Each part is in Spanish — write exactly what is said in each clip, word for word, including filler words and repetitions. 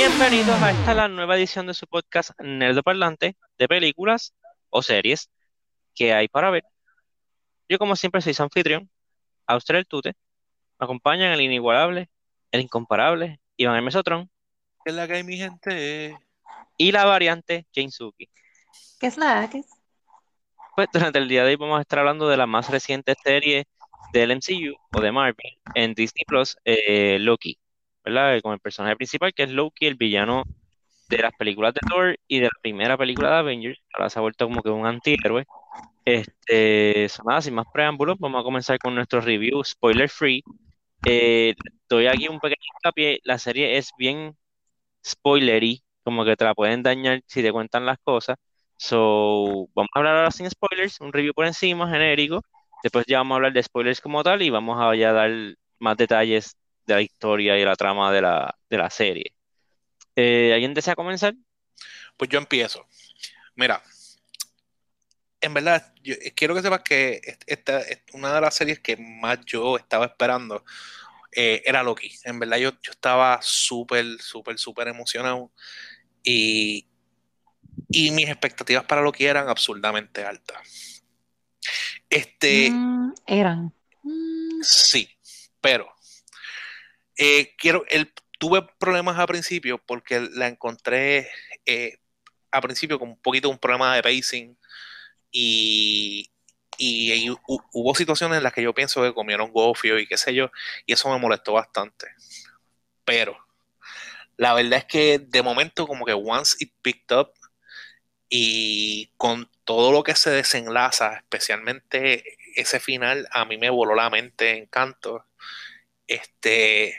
Bienvenidos a esta la nueva edición de su podcast Nerdoparlante de películas o series que hay para ver. Yo como siempre soy su anfitrión, Auster el Tute, me acompañan el inigualable, el incomparable, Iván el Mesotrón ¿Qué es la que hay, mi gente? y la variante Jane Suki. ¿Qué es la que es? Pues durante el día de hoy vamos a estar hablando de la más reciente serie del M C U o de Marvel en Disney Plus, eh, Loki, ¿verdad? Con el personaje principal que es Loki, el villano de las películas de Thor y de la primera película de Avengers. Ahora se ha vuelto como que un antihéroe. Este, so nada, sin más preámbulos, vamos a comenzar con nuestro review spoiler free. Eh, Doy aquí un pequeño hincapié. La serie es bien spoilery, como que te la pueden dañar si te cuentan las cosas. So, vamos a hablar ahora sin spoilers, un review por encima, genérico. Después ya vamos a hablar de spoilers como tal y vamos a ya dar más detalles de la historia y la trama de la, de la serie. Eh, ¿alguien desea comenzar? Pues yo empiezo. Mira, en verdad, yo quiero que sepas que est- esta es una de las series que más yo estaba esperando. Eh, era Loki. En verdad, yo, yo estaba súper, súper, súper emocionado y, y mis expectativas para Loki eran absurdamente altas. Este, Mm, eran. Mm, sí, pero eh, quiero, el, tuve problemas al principio porque la encontré eh, al principio con un poquito un problema de pacing y, y, y hu- hubo situaciones en las que yo pienso que comieron gofio y qué sé yo, y eso me molestó bastante. Pero la verdad es que de momento como que once it picked up y con todo lo que se desenlaza, especialmente ese final, a mí me voló la mente en canto. Este,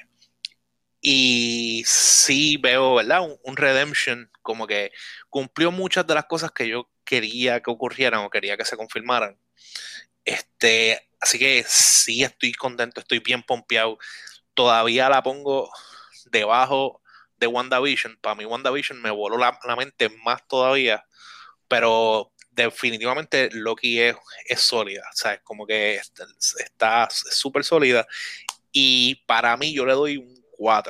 y sí veo, ¿verdad? Un, un redemption, como que cumplió muchas de las cosas que yo quería que ocurrieran o quería que se confirmaran. Este, así que sí estoy contento, estoy bien pompeado. Todavía la pongo debajo de WandaVision. Para mí WandaVision me voló la, la mente más todavía, pero definitivamente Loki es, es sólida, ¿sabes? Como que está está súper sólida y para mí yo le doy un cuatro.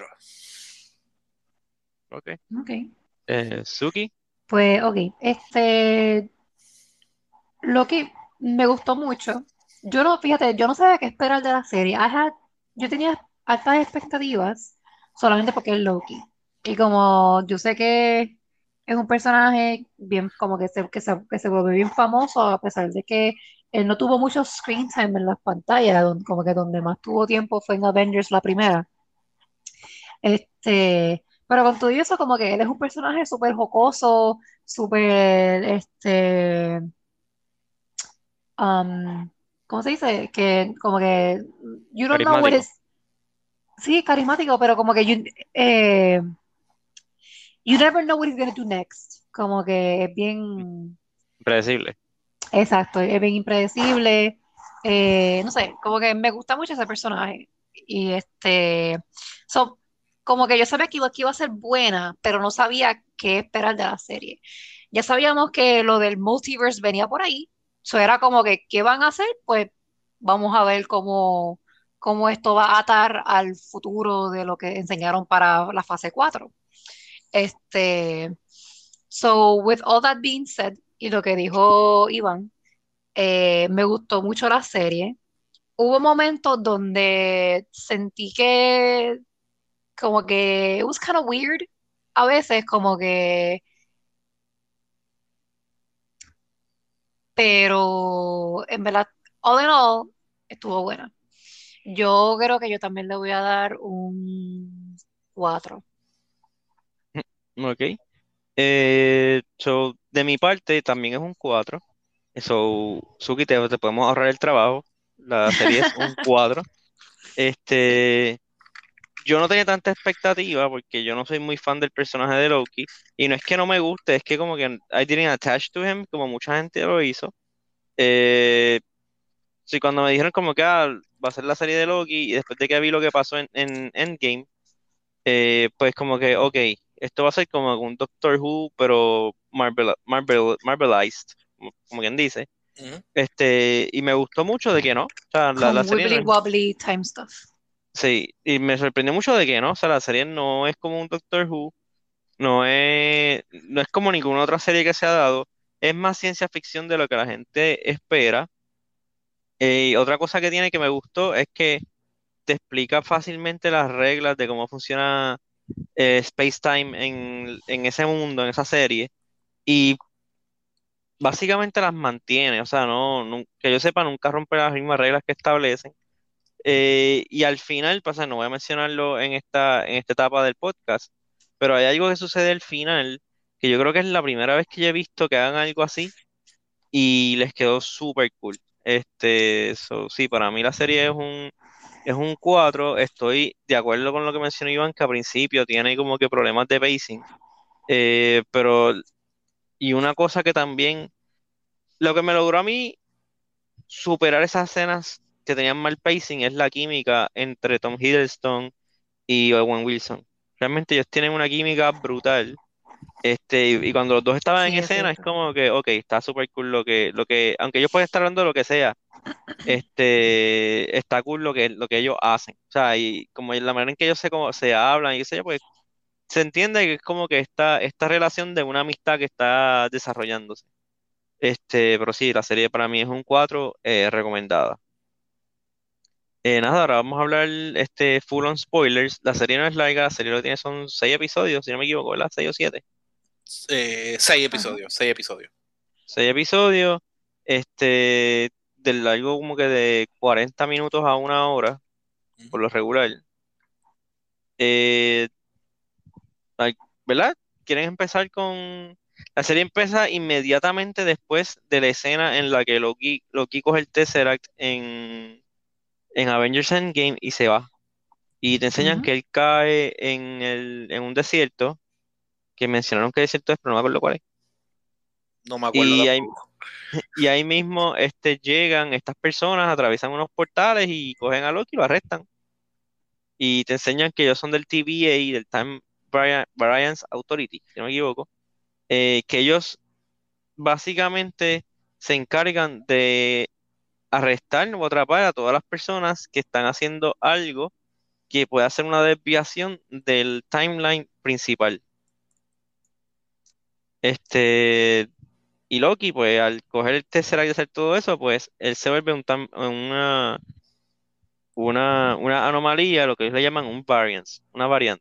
Ok. ok. Eh, Suki. Pues, ok. Este, lo que me gustó mucho. Yo no, fíjate, yo no sabía qué esperar de la serie. I had- yo tenía altas expectativas solamente porque es Loki. Y como yo sé que es un personaje bien, como que se, que se, que se volvió bien famoso, a pesar de que él no tuvo mucho screen time en las pantallas, don- como que donde más tuvo tiempo fue en Avengers la primera. Este, pero con todo eso, como que él es un personaje súper jocoso, súper, este, um, ¿cómo se dice? Que como que, you don't know what Carismático. is, sí, carismático, pero como que you, eh, you never know what he's gonna do next. Como que es bien, Predecible. exacto, es bien impredecible. Eh, no sé, como que me gusta mucho ese personaje. Y este, so, como que yo sabía que iba, que iba a ser buena, pero no sabía qué esperar de la serie. Ya sabíamos que lo del multiverse venía por ahí. Eso era como que, ¿qué van a hacer? Pues vamos a ver cómo, cómo esto va a atar al futuro de lo que enseñaron para la fase cuatro. Este, so, with all that being said, y lo que dijo Iván, eh, me gustó mucho la serie. Hubo momentos donde sentí que como que it was kind of weird. A veces como que, pero en verdad, all in all, estuvo buena. Yo creo que yo también le voy a dar un cuatro. Ok. Eh, so, de mi parte también es un cuatro. So, Suki, te, te podemos ahorrar el trabajo. La serie es un cuatro. Este, yo no tenía tanta expectativa porque yo no soy muy fan del personaje de Loki. Y no es que no me guste, es que como que I didn't attach to him, como mucha gente lo hizo. Eh, sí, cuando me dijeron como que ah, va a ser la serie de Loki y después de que vi lo que pasó en, en Endgame, eh, pues como que, ok, esto va a ser como un Doctor Who, pero Marvel, Marvel, Marvelized, como, como quien dice. Ujú. Este, y me gustó mucho de que no, o sea, la, la Con serie no wibbly es, wobbly time stuff. sí, y me sorprendió mucho de que no, o sea, la serie no es como un Doctor Who, No es, no es como ninguna otra serie que se ha dado. Es más ciencia ficción de lo que la gente espera. Eh, y otra cosa que tiene que me gustó es que te explica fácilmente las reglas de cómo funciona eh, Space-Time en, en ese mundo, en esa serie. Y básicamente las mantiene. O sea, no, nun- que yo sepa, nunca rompe las mismas reglas que establecen. Eh, y al final, pasa, no voy a mencionarlo en esta, en esta etapa del podcast, pero hay algo que sucede al final, que yo creo que es la primera vez que yo he visto que hagan algo así y les quedó súper cool. Este, so, sí, para mí la serie es un, es un cuatro. Estoy de acuerdo con lo que mencionó Iván, que al principio tiene como que problemas de pacing, eh, pero, y una cosa que también, lo que me logró a mí superar esas escenas que tenían mal pacing es la química entre Tom Hiddleston y Owen Wilson. Realmente ellos tienen una química brutal. Este, y, y cuando los dos estaban en Sí, es escena, es cierto. como que, ok, está súper cool lo que, lo que, aunque ellos pueden estar hablando de lo que sea, este, está cool lo que, lo que ellos hacen. O sea, y como la manera en que ellos se, como, se hablan y qué sé yo, pues se entiende que es como que esta, esta relación de una amistad que está desarrollándose. Este, pero sí, la serie para mí es un cuatro eh, recomendada. Eh, nada, ahora vamos a hablar este full on spoilers. La serie no es larga, la serie lo que tiene son seis episodios, si no me equivoco, ¿verdad? Seis o siete. Eh, seis Ajá. episodios, seis episodios. Seis episodios, este, del largo como que de cuarenta minutos a una hora, por Ujú. lo regular. Eh, ay, ¿verdad? ¿Quieren empezar con...? La serie empieza inmediatamente después de la escena en la que Loki, Loki coge el Tesseract en, en Avengers Endgame y se va. Y te enseñan Ujú. que él cae en, el, en un desierto, que mencionaron que desierto es, pero no me acuerdo cuál es. No me acuerdo Y ahí, tampoco. y ahí mismo este, llegan estas personas, atraviesan unos portales y cogen a Loki y lo arrestan. Y te enseñan que ellos son del T V A, del Time Vari- Variance Authority, si no me equivoco, eh, que ellos básicamente se encargan de arrestar o atrapar a todas las personas que están haciendo algo que pueda hacer una desviación del timeline principal. Este, y Loki, pues al coger el Tesseract y hacer todo eso, pues él se vuelve un tam- una, una, una anomalía, lo que ellos le llaman un variance, una variante.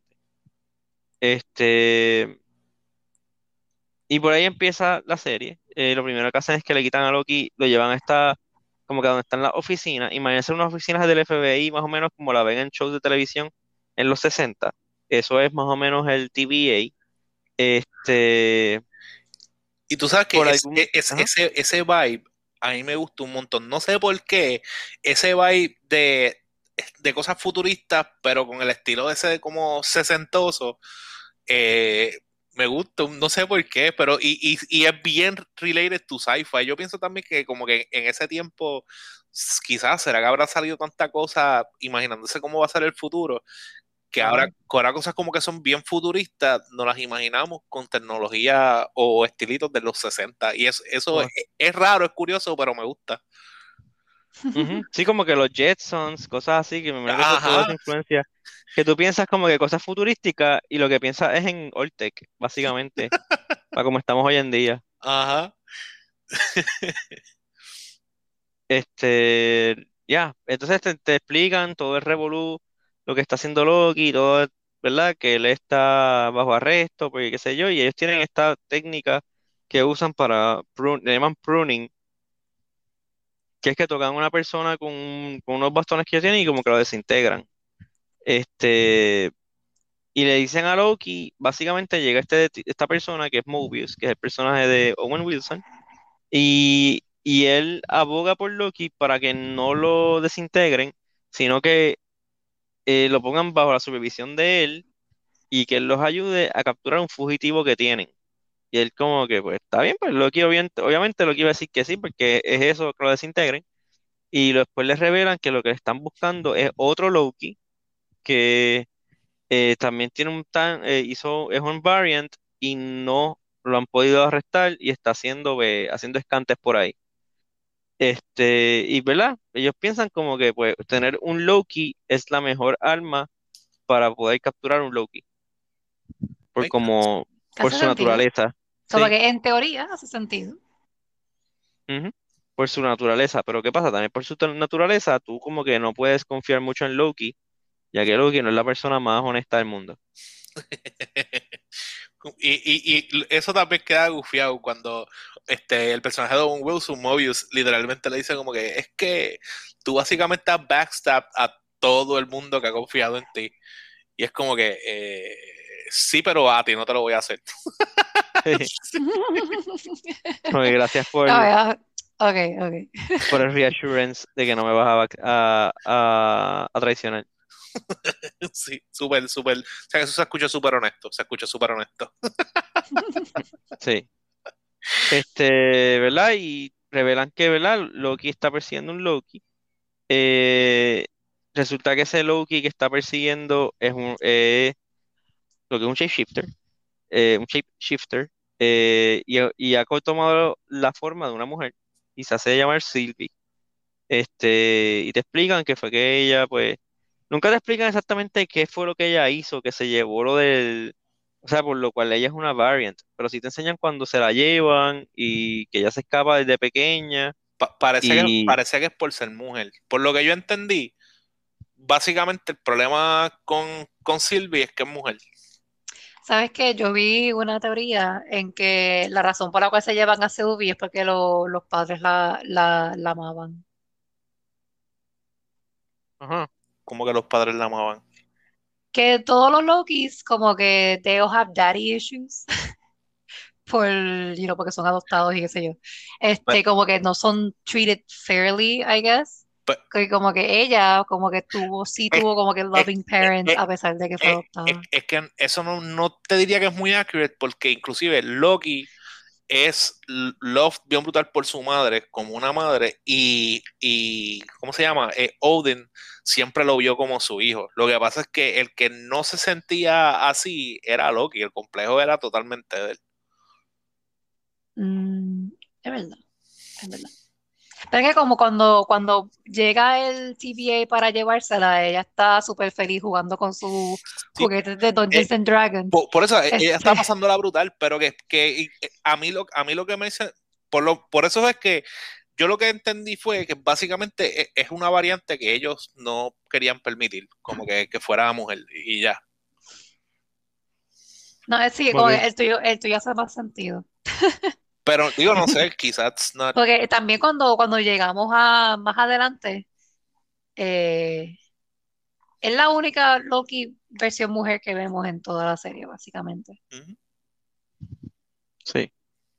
Este, y por ahí empieza la serie. Eh, lo primero que hacen es que le quitan a Loki, lo llevan a esta, como que donde están las oficinas. Imagínense unas oficinas del F B I, más o menos como la ven en shows de televisión en los sesenta. Eso es más o menos el T V A. Este, Y tú sabes que por es, algún... es- es- Ajá. ese, ese vibe a mí me gusta un montón. No sé por qué, ese vibe de, de cosas futuristas, pero con el estilo ese como sesentoso, eh, me gusta, no sé por qué, pero y, y, y es bien related to sci-fi. Yo pienso también que como que en ese tiempo s- quizás será que habrá salido tanta cosa imaginándose cómo va a ser el futuro, que ahora, Ajá. que ahora cosas como que son bien futuristas, nos las imaginamos con tecnología o estilitos de los sesenta. Y es, eso es, es raro, es curioso, pero me gusta. Ujú. Sí, como que los Jetsons, cosas así, que me imagino que eso toda esa Ajá, influencia, que tú piensas como que cosas futurísticas y lo que piensas es en Oltec, básicamente, para como estamos hoy en día. ajá. Este, ya, entonces te, te explican todo el revolú, lo que está haciendo Loki, todo, ¿verdad? Que él está bajo arresto, porque qué sé yo, y ellos tienen esta técnica que usan para, prun- le llaman pruning, que es que tocan a una persona con, un- con unos bastones que ellos tienen y como que lo desintegran. Este, y le dicen a Loki, básicamente llega este, esta persona que es Mobius, que es el personaje de Owen Wilson, y, y él aboga por Loki para que no lo desintegren, sino que eh, lo pongan bajo la supervisión de él y que él los ayude a capturar un fugitivo que tienen. Y él como que, pues está bien, pues Loki obviamente, obviamente Loki iba a decir que sí, porque es eso que lo desintegren. Y lo- después les revelan que lo que están buscando es otro Loki que eh, también tiene un tan, eh, hizo, es un variant y no lo han podido arrestar y está haciendo, eh, haciendo escantes por ahí. Este, y verdad, ellos piensan como que pues tener un Loki es la mejor arma para poder capturar un Loki. por Make sense. como, por Hace su sentido. naturaleza, Como sí, que en teoría hace sentido. ujú, por su naturaleza. Pero ¿qué pasa? También por su ta- naturaleza, tú como que no puedes confiar mucho en Loki, ya que Loki no es la persona más honesta del mundo. Y, y, y eso también queda gufiado cuando este, el personaje de Owen Wilson, Mobius, literalmente le dice como que es que tú básicamente has backstab a todo el mundo que ha confiado en ti. Y es como que eh, sí, pero a ti no te lo voy a hacer. Oye, gracias por, Ah, ya. Ok, ok. por el reassurance de que no me vas a, a, a, a traicionar. Sí, súper, súper. O sea, que eso se escucha súper honesto. Se escucha súper honesto. Sí. Este, ¿verdad? Y revelan que, ¿verdad? Loki está persiguiendo un Loki. Eh, resulta que ese Loki que está persiguiendo es un, eh, lo que es un shapeshifter. Eh, un shapeshifter. Eh, y, y ha tomado la forma de una mujer y se hace llamar Sylvie. Este, y te explican que fue que ella, pues, nunca te explican exactamente qué fue lo que ella hizo, que se llevó lo del, o sea, por lo cual ella es una variant, pero sí te enseñan cuando se la llevan y que ella se escapa desde pequeña Pa- parece que, y, parece que es por ser mujer. Por lo que yo entendí, básicamente el problema con, con Sylvie es que es mujer. ¿Sabes qué? Yo vi una teoría en que la razón por la cual se llevan a Sylvie es porque lo- los padres la, la, la amaban. ajá, Como que los padres la amaban. Que todos los Lokis como que they all have daddy issues por, you know, porque son adoptados y qué sé yo. Pe- Este, como que no son treated fairly, I guess. pe- Que como que ella como que tuvo, sí Es, tuvo como que es- loving es- parents es- a pesar de que fue es- es- adoptada. es que eso no, no te diría que es muy accurate porque inclusive Loki es l- loved bien brutal por su madre, como una madre, y, y ¿cómo se llama? Eh, Odin siempre lo vio como su hijo. Lo que pasa es que el que no se sentía así era Loki, el complejo era totalmente de él. Mm, es verdad, es verdad. Pero es que como cuando, cuando llega el T V A para llevársela, ella está súper feliz jugando con sus Sí, juguetes de eh, Dungeons and Dragons. por, por eso eh, ella está Este, pasando la brutal, pero que, que y, eh, a mí lo, a mí lo que me dice, por, lo, por eso es que yo lo que entendí fue que básicamente e- es una variante que ellos no querían permitir, como que, que fuera mujer y ya. no, es sí, como que ok, el tuyo, el tuyo hace más sentido. Pero digo, no sé, quizás no. Porque también cuando, cuando llegamos a más adelante, eh, es la única Loki versión mujer que vemos en toda la serie, básicamente. Ujú. sí.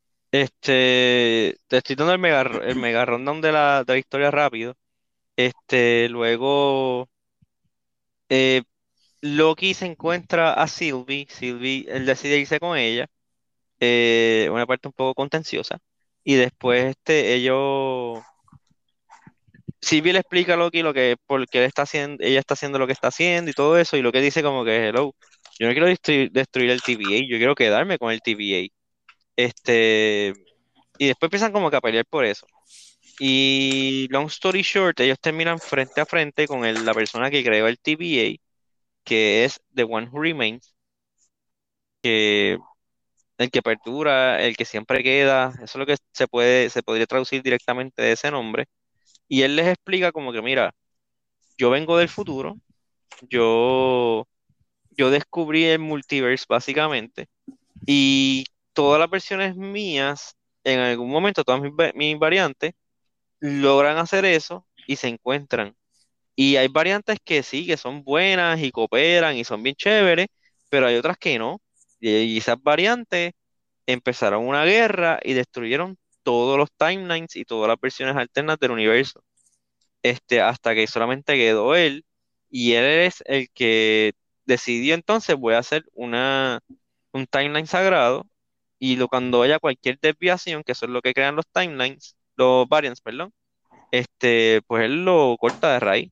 Este, te estoy dando el mega, el mega rundown de la, de la historia rápido. Este, luego, eh, Loki se encuentra a Sylvie, Sylvie, él decide irse con ella, eh, una parte un poco contenciosa, y después este, ellos, Sylvie le explica a Loki lo que, por qué él está haciendo, ella está haciendo lo que está haciendo y todo eso, y lo que dice como que, hello, yo no quiero destruir, destruir el T V A, yo quiero quedarme con el T V A. Este, y después empiezan como que a pelear por eso. Y long story short, ellos terminan frente a frente con el- la persona que creó el T V A, que es The One Who Remains, que el que perdura, el que siempre queda, eso es lo que se puede, se podría traducir directamente de ese nombre. Y él les explica como que, mira, yo vengo del futuro, yo, yo descubrí el multiverse básicamente, y todas las versiones mías, en algún momento, todas mis, va- mis variantes, logran hacer eso y se encuentran. Y hay variantes que sí, que son buenas y cooperan y son bien chéveres, pero hay otras que no. Y, y esas variantes empezaron una guerra y destruyeron todos los timelines y todas las versiones alternas del universo. Este, hasta que solamente quedó él. Y él es el que decidió entonces, voy a hacer una, un timeline sagrado. Y lo, cuando haya cualquier desviación, que eso es lo que crean los timelines, los variants, perdón, este, pues él lo corta de raíz.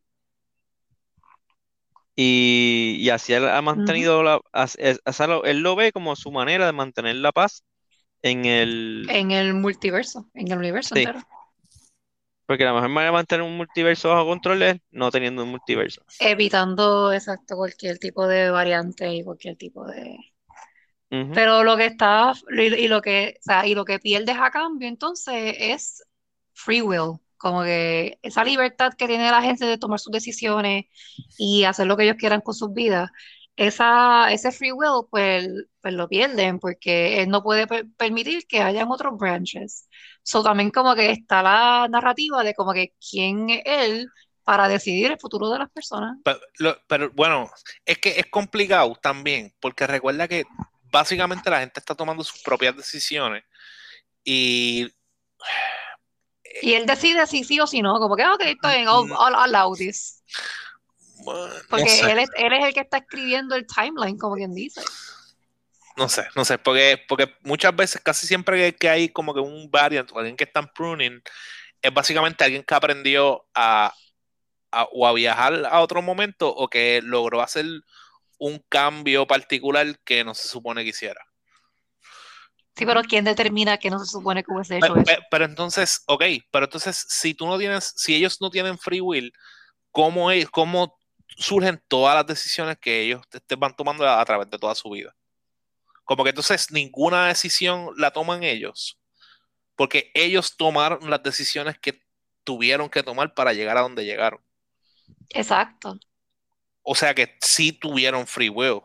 Y, y así él ha Ujú. mantenido la, as- es- o sea, lo- él lo ve como su manera de mantener la paz en el, En el multiverso, en el universo sí, entero. porque la mejor manera de mantener un multiverso bajo control es no teniendo un multiverso. Evitando, exacto, cualquier tipo de variante y cualquier tipo de, Ujú. Pero lo que está, y, y lo que, o sea, y lo que pierdes a cambio entonces es free will, como que esa libertad que tiene la gente de tomar sus decisiones y hacer lo que ellos quieran con sus vidas, esa, ese free will pues, pues lo pierden porque él no puede per- permitir que hayan otros branches. So también como que está la narrativa de como que quién es él para decidir el futuro de las personas. Pero, lo- pero, bueno, es que es complicado también, porque recuerda que básicamente la gente está tomando sus propias decisiones y Y eh, él decide si sí o si no, como que, ok, estoy en all, mm, all allow this. bueno, no sé, Porque él es, él es el que está escribiendo el timeline, como quien dice. no sé, no sé, porque, porque muchas veces, casi siempre que, que hay como que un variant o alguien que está en pruning, es básicamente alguien que aprendió a, a- o a viajar a otro momento o que logró hacer un cambio particular que no se supone que hiciera. Sí, pero ¿quién determina que no se supone que hubiese Pe- hecho pe- eso? Pero, entonces, ok, pero entonces, si tú no tienes, si ellos no tienen free will, ¿cómo, es, cómo surgen todas las decisiones que ellos te, te van tomando a, a través de toda su vida? Como que entonces ninguna decisión la toman ellos, porque ellos tomaron las decisiones que tuvieron que tomar para llegar a donde llegaron. Exacto. O sea que sí tuvieron free will.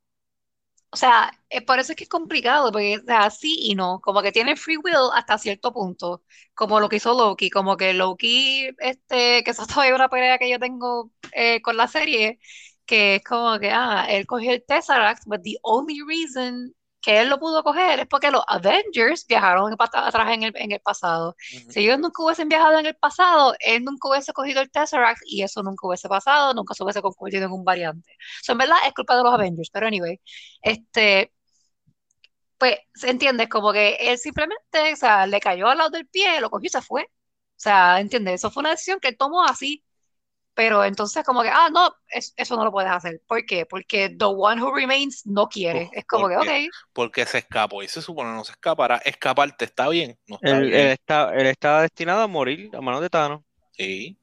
O sea, eh, por eso es que es complicado, porque, o sea, sí y no, como que tiene free will hasta cierto punto, como lo que hizo Loki, como que Loki, este, que eso es todavía una pelea que yo tengo eh, con la serie, que es como que, ah, él cogió el Tesseract, but the only reason que él lo pudo coger es porque los Avengers viajaron en pa- atrás en el, en el pasado. Ujú. Si ellos nunca hubiesen viajado en el pasado, él nunca hubiese cogido el Tesseract y eso nunca hubiese pasado, nunca se hubiese convertido en un variante. So, en verdad es culpa de los Avengers, pero anyway. Este, pues, ¿se entiende? Como que él simplemente, o sea, le cayó al lado del pie, lo cogió y se fue. O sea, ¿entiendes? Eso fue una decisión que él tomó así, pero entonces como que, ah, no, es- eso no lo puedes hacer. ¿Por qué? Porque the one who remains no Pues, quiere. Es como que, ok, porque, porque se escapó y se supone no se escapará. Escaparte está bien, no está Él, él bien. está, él está destinado a morir a manos de Thanos. Sí.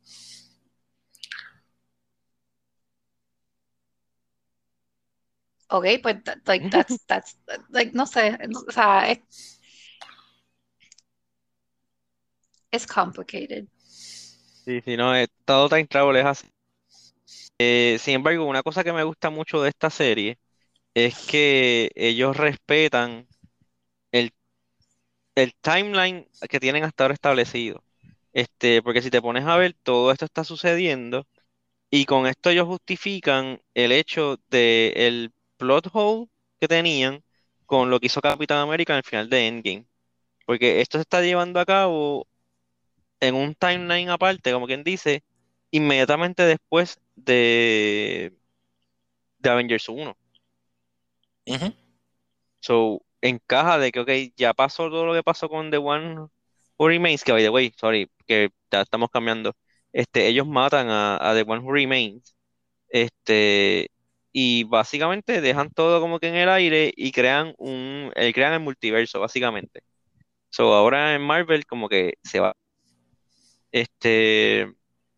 ok, pues, that- like, that's, that's, like, no sé, no- o sea, es, es complicated. Sí, sí, no, eh, todo Time Travel es así. Eh, sin embargo, una cosa que me gusta mucho de esta serie es que ellos respetan el, el timeline que tienen hasta ahora establecido. Este, porque si te pones a ver, todo esto está sucediendo y con esto ellos justifican el hecho de el plot hole que tenían con lo que hizo Capitán América en el final de Endgame. Porque esto se está llevando a cabo en un timeline aparte, como quien dice, inmediatamente después de, de Avengers uno. Ujú. So, encaja de que, ok, ya pasó todo lo que pasó con The One Who Remains, que by the way, sorry, que ya estamos cambiando. Este, ellos matan a, a The One Who Remains, este, y básicamente dejan todo como que en el aire y crean un, eh, crean el multiverso, básicamente. So, ahora en Marvel como que se va. Este,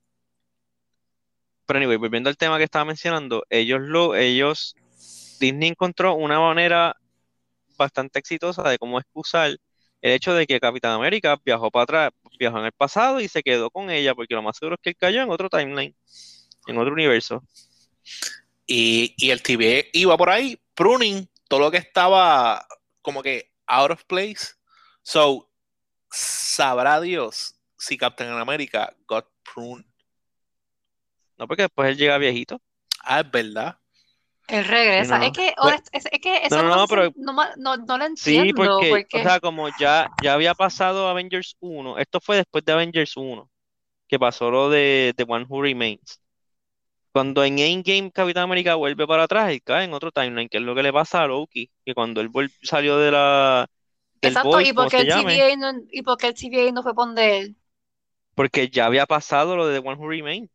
pero anyway, volviendo al tema que estaba mencionando, ellos lo, ellos, Disney encontró una manera bastante exitosa de cómo excusar el hecho de que Capitán América viajó para atrás, viajó en el pasado y se quedó con ella, porque lo más seguro es que él cayó en otro timeline, en otro universo. Y, y el T V iba por ahí, pruning todo lo que estaba como que out of place. So, sabrá Dios si Captain America got pruned. No, porque después él llega viejito. Ah, es verdad. Él Sí, regresa. no, Es no. que, Pues, honest- es, es que No, eso no, no me no, hace, pero sen- no, ma- no, no lo sí, entiendo, porque, o porque sea, como ya, ya había pasado Avengers uno, esto fue después de Avengers uno, que pasó lo de The One Who Remains. Cuando en Endgame Capitán América vuelve para atrás, él cae en otro timeline, que es lo que le pasa a Loki, que cuando él vuel- salió de la, del exacto, Void, y como porque se el llame, T V A no, y porque el T V A no fue donde él. porque ya había pasado lo de The One Who Remains.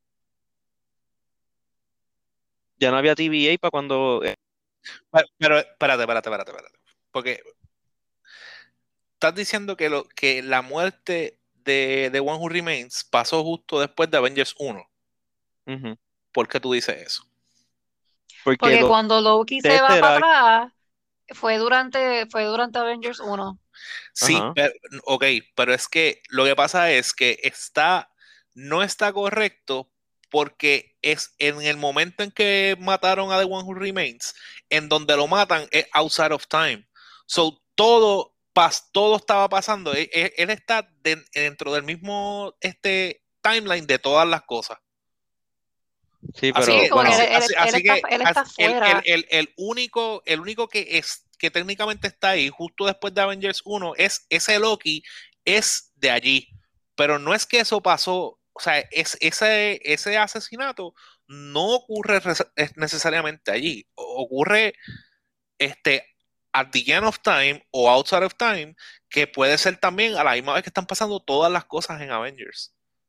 Ya no había T V A para cuando... eh, pero, pero espérate, espérate, espérate, espérate. Porque estás diciendo que, lo, que la muerte de, de One Who Remains pasó justo después de Avengers uno. ujú. ¿Por qué tú dices eso? Porque Porque los cuando Loki se va para Tesseract, atrás, Fue durante, fue durante Avengers uno. Sí, Ajá. pero, ok, pero es que lo que pasa es que está, no está correcto porque es en el momento en que mataron a The One Who Remains, en donde lo matan es outside of time. So, todo, pas, todo estaba pasando. Él, él- él está de- dentro del mismo este, timeline de todas las cosas. Sí, Así Sí, pero que, como que bueno, él, así, él- así, él así está, que él as- está el, el, fuera. el, el único, el único que es que técnicamente está ahí justo después de Avengers uno es ese Loki, es de allí. Pero no es que eso pasó, o sea, es, ese, ese asesinato no ocurre res- es necesariamente allí. O- Ocurre este, at the end of time o outside of time, que puede ser también a la misma vez que están pasando todas las cosas en Avengers.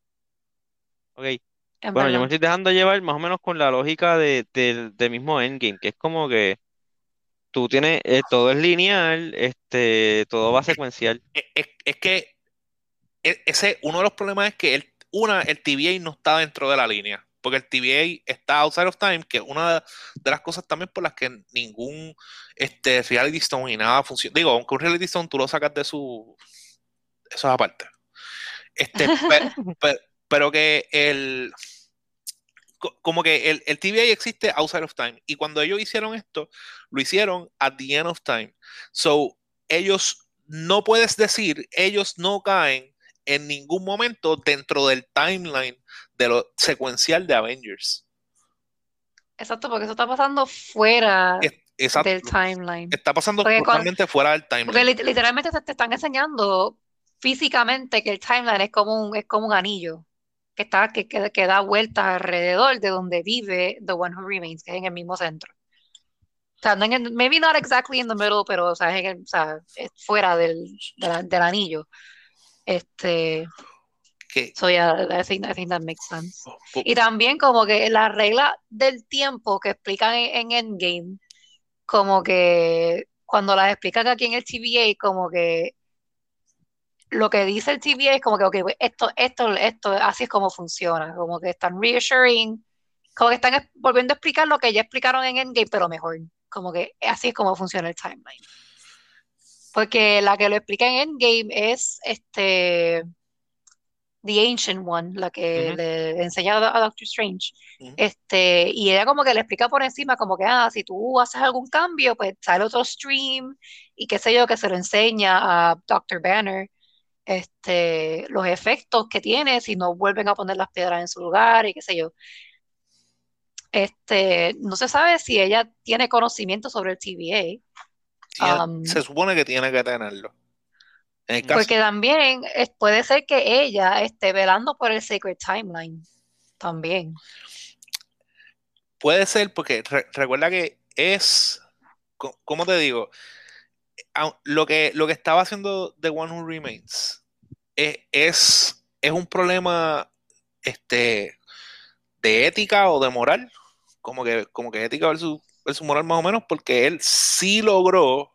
ok. En Bueno, yo me verdad. estoy dejando llevar más o menos con la lógica de, del del mismo Endgame, que es como que tú tienes, eh, todo es lineal, este, todo va secuencial. Es, es- es que e- ese, uno de los problemas es que el, una, el T V A no está dentro de la línea, porque el T V A está outside of time, que es una de las cosas también por las que ningún este, reality stone y nada funciona. Digo, aunque un reality stone tú lo sacas de su... Eso es aparte. Este, pe- pe- pero que el... co- Como que el, el T V A existe outside of time. Y cuando ellos hicieron esto, lo hicieron at the end of time. So, ellos no puedes decir, ellos no caen en ningún momento dentro del timeline de lo secuencial de Avengers. Exacto, porque eso está pasando fuera Es- del exacto. timeline. Está pasando Porque, cuando, totalmente fuera del porque timeline. lit- literalmente te, te están enseñando físicamente que el timeline es como un, es como un anillo que está, que, que, que da vueltas alrededor de donde vive The One Who Remains, que es en el mismo centro. O sea, no en el- maybe not exactly in the middle, pero o sea, es, en el- o sea, es fuera del, de la- del anillo. Este, Que, so yeah, I think, I think that makes sense. po- Y también como que la regla del tiempo que explican en, en Endgame, como que cuando las explican aquí en el T V A, como que lo que dice el T V A es como que, ok, pues, esto, esto, esto, así es como funciona, como que están reassuring, como que están es- volviendo a explicar lo que ya explicaron en Endgame, pero mejor, como que así es como funciona el timeline. Porque la que lo explica en Endgame es este The Ancient One, la que Ujú. le enseña a, a Doctor Strange. ujú, Este, y ella como que le explica por encima, como que, ah, si tú haces algún cambio, pues sale otro stream y qué sé yo, que se lo enseña a Doctor Banner, este, los efectos que tiene si no vuelven a poner las piedras en su lugar y qué sé yo. Este, no se sabe si ella tiene conocimiento sobre el T V tiene- A, um, se supone que tiene que tenerlo. En el caso, porque también es- puede ser que ella esté velando por el Sacred Timeline, también. puede ser porque re- recuerda que es, co- ¿cómo te digo? Au- Lo que, lo que estaba haciendo The One Who Remains es, es, es un problema este, de ética o de moral, como que, como que ética versus, versus moral más o menos, porque él sí logró,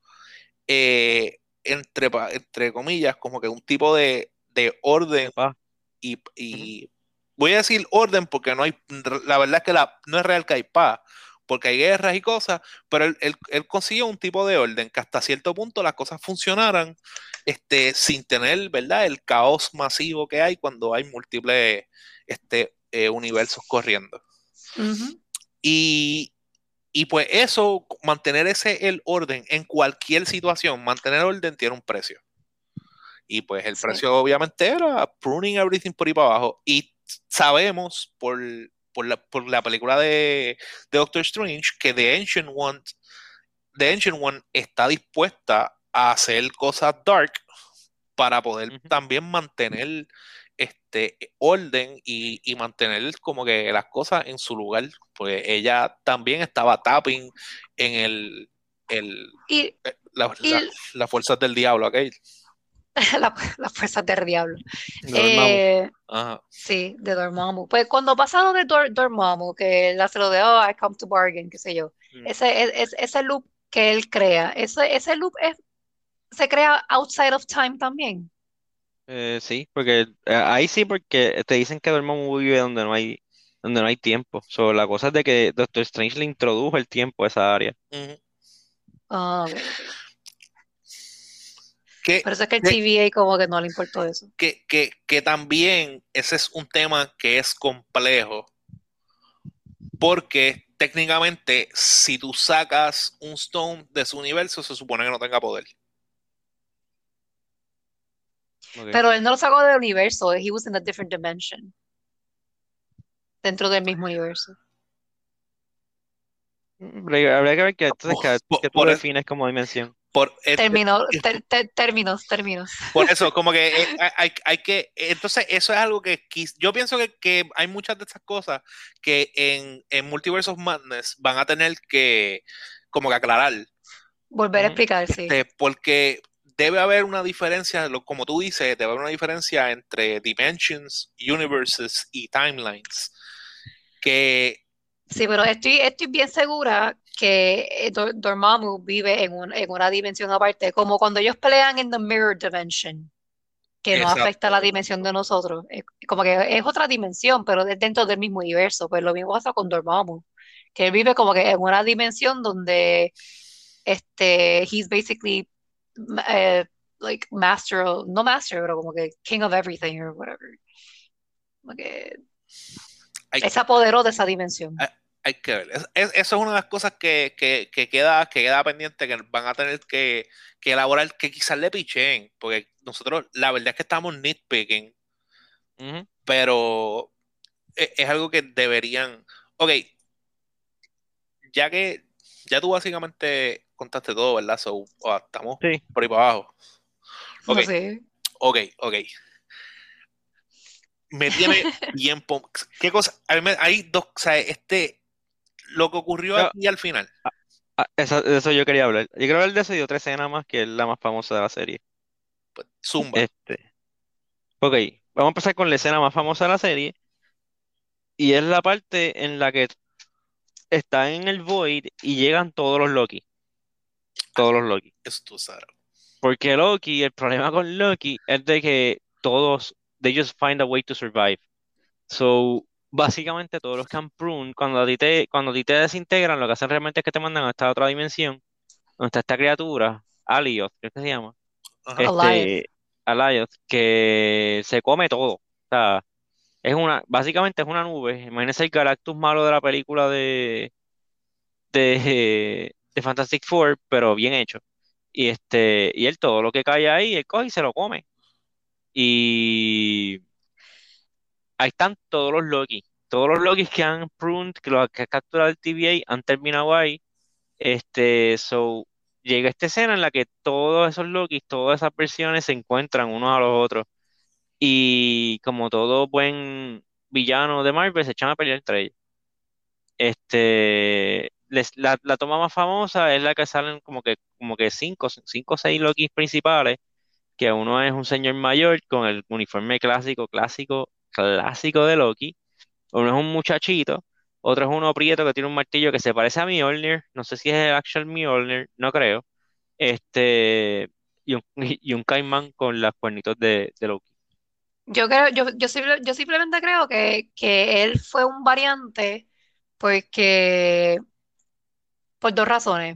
eh, entre, pa- entre comillas, como que un tipo de, de orden De paz. y, Ujú. y voy a decir orden porque no hay, la verdad es que la, no es real que hay paz, porque hay guerras y cosas, pero él, él, él consiguió un tipo de orden que hasta cierto punto las cosas funcionaran este, sin tener, ¿verdad?, el caos masivo que hay cuando hay múltiples este, eh, universos corriendo. Ujú. Y, y pues eso, mantener ese el orden en cualquier situación, mantener orden tiene un precio. Y pues el Sí. precio obviamente era pruning everything por ahí para abajo. Y sabemos por, por, la, por la película de, de Doctor Strange que The Ancient One, The Ancient One está dispuesta a hacer cosas dark para poder Ujú. también mantener este orden y, y mantener como que las cosas en su lugar. Pues ella también estaba tapping en el, el, Y, eh, la- la- y las fuerzas del diablo, ¿ok? la- las fuerzas del diablo. Dormammu. Eh, Ajá. sí, de Dormammu. Pues cuando pasa lo de Dor Dormammu, que la se lo de, oh, I come to bargain, qué sé yo, Mm. ese, es, es- ese loop que él crea, ese, ese loop es, se crea outside of time también. Eh, sí, porque eh, ahí sí, porque te dicen que Dormammu vive donde no hay, donde no hay tiempo. So, la cosa es de que Doctor Strange le introdujo el tiempo a esa área. Ujú. Ah, ok, ok. Que, Por eso es que el que, T V A como que no le importó eso. que, que, que también ese es un tema que es complejo, porque técnicamente si tú sacas un Stone de su universo, se supone que no tenga poder. Ok. Pero él no lo sacó del universo, he was in a different dimension, dentro del mismo universo. Mm, Habría habría que ver que entonces que, Por, que tú por, es- defines como dimensión. por, es- Terminó, es- ter- ter- términos, términos. por eso, como que eh, hay, hay que, entonces eso es algo que quis- yo pienso que, que hay muchas de estas cosas que en, en Multiverse of Madness van a tener que como que aclarar. Volver a Ujú. explicar, sí. Este, porque debe haber una diferencia, lo- como tú dices, debe haber una diferencia entre dimensions, universes y timelines. Que Sí, pero estoy, estoy bien segura que eh, Dor- Dormammu vive en, un- en una dimensión aparte, como cuando ellos pelean en The Mirror Dimension, que no afecta a exacto. la dimensión de nosotros. Es como que es otra dimensión, pero es dentro del mismo universo. Pues lo mismo pasa con Dormammu, que él vive como que en una dimensión donde este, he's basically eh, like master, of- no master, pero como que king of everything or whatever. Como que Hay, él se apoderó de esa dimensión. hay, hay que ver. Es- es- eso es una de las cosas que, que, que queda, que queda pendiente, que van a tener que, que elaborar, que quizás le picheen, porque nosotros la verdad es que estamos nitpicking, Ujú. pero es, es algo que deberían. Ok, ya que ya tú básicamente contaste todo, ¿verdad? So, ah, estamos Sí. por ahí para abajo. Ok, No sé. ok, ok. Me tiene bien. pom- ¿Qué cosa? A mí me- hay dos. O sea, este, lo que ocurrió No, aquí al final. ah, ah, eso, de eso yo quería hablar. Yo quiero hablar de eso y de otra escena más que es la más famosa de la serie. Pues, Zumba. Este. Ok, vamos a empezar con la escena más famosa de la serie. Y es la parte en la que está en el Void y llegan todos los Loki. Todos los Loki. Eso tú sabes. Porque Loki, el problema con Loki es de que todos, they just find a way to survive. So, básicamente todos los Camp Prune, cuando a ti te, cuando a ti te desintegran, lo que hacen realmente es que te mandan a esta otra dimensión, donde está esta criatura, Alioth, creo que se llama, Ajá. Alive. este, Alioth, que se come todo. O sea, es una, básicamente es una nube. Imagínense el Galactus malo de la película de, de, de Fantastic Four, pero bien hecho. Y este, y él todo lo que cae ahí, él coge y se lo come. Y ahí están todos los Loki. Todos los Loki que han pruned, que los que ha capturado el T V A han terminado ahí. Este, so, llega esta escena en la que todos esos Loki, todas esas versiones se encuentran unos a los otros. Y como todo buen villano de Marvel, se echan a pelear entre ellos. Este, les- la, la toma más famosa es la que salen como que, como que cinco, cinco o seis Loki principales, que uno es un señor mayor con el uniforme clásico, clásico, clásico de Loki. Uno es un muchachito, otro es uno prieto que tiene un martillo que se parece a Mjolnir, no sé si es el actual Mjolnir, no creo. Este, y un, y un caimán con las cuernitos de, de Loki. Yo creo, yo, yo, simple- yo simplemente creo que, que él fue un variante porque, por dos razones.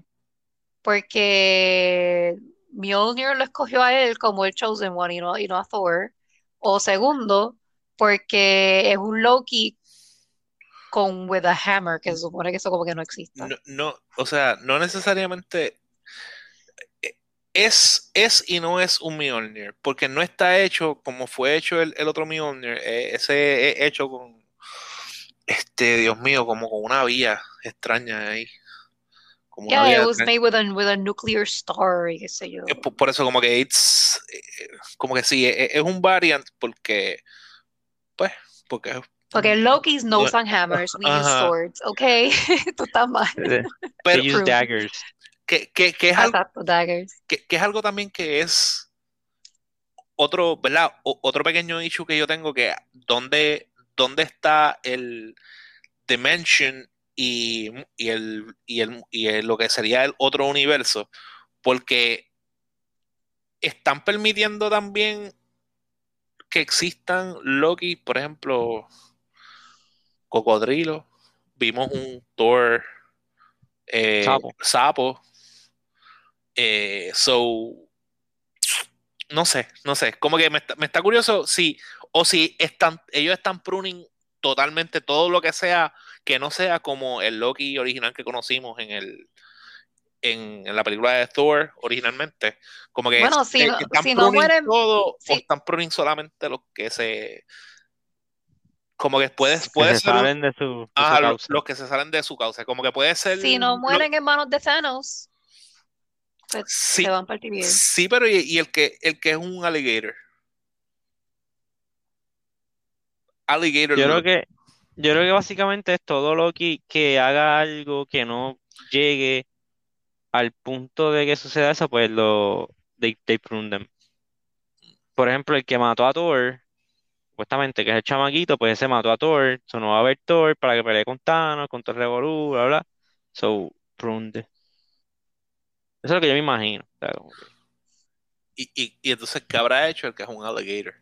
Porque Mjolnir lo escogió a él como el Chosen One y no, y no a Thor. O segundo, porque es un Loki con With a Hammer, que se supone que eso como que no exista. No, no, o sea, no necesariamente eh, es, es y no es un Mjolnir, porque no está hecho como fue hecho el, el otro Mjolnir. Eh, ese es hecho con, este, Dios mío, como con una vía extraña ahí, como una Yeah, it vía was extraña. made with a, with a nuclear star, y qué sé Es yo. por, por eso como que it's, eh, como que sí, es, es un variant porque, pues, porque es Porque un- Lokis no usan hammers, we use ajá, swords, ok, tú estás mal. Eh, They pero use Prove. daggers. que, que, que es algo, Exacto, daggers. que, que es algo también que es otro, ¿verdad? O- otro pequeño issue que yo tengo que dónde, dónde está el Dimension y, y el, y el y el- lo que sería el otro universo, porque están permitiendo también que existan Loki, por ejemplo, cocodrilo, vimos un Thor eh, Sapo. sapo, Eh, so, no sé, no sé. Como que me está, me está curioso si, o si están, ellos están pruning totalmente todo lo que sea, que no sea como el Loki original que conocimos en el, en, en la película de Thor originalmente. Como que Bueno, es- si eh, no, están si no pruning mueren, todo o si, están pruning solamente lo que se, como que puede, Que puede se ser un, salen de su, de su ajá, lo- causa. los que se salen de su causa. Como que puede ser, si no lo- mueren en manos de Thanos, pues se sí, van para el T V A. sí, pero y, y el que, el que es un alligator. Alligator Yo creo Loki. que, yo creo que básicamente es todo Loki que haga algo que no llegue al punto de que suceda eso, pues lo they, they prune them. Por ejemplo, el que mató a Thor, supuestamente que es el chamaquito, pues ese mató a Thor, eso no va a haber Thor para que pelee con Thanos, con Thor Revolú, bla, bla. So, pruned. Eso es lo que yo me imagino. O sea, como que, Y, y, y entonces, ¿qué habrá hecho el que es un alligator?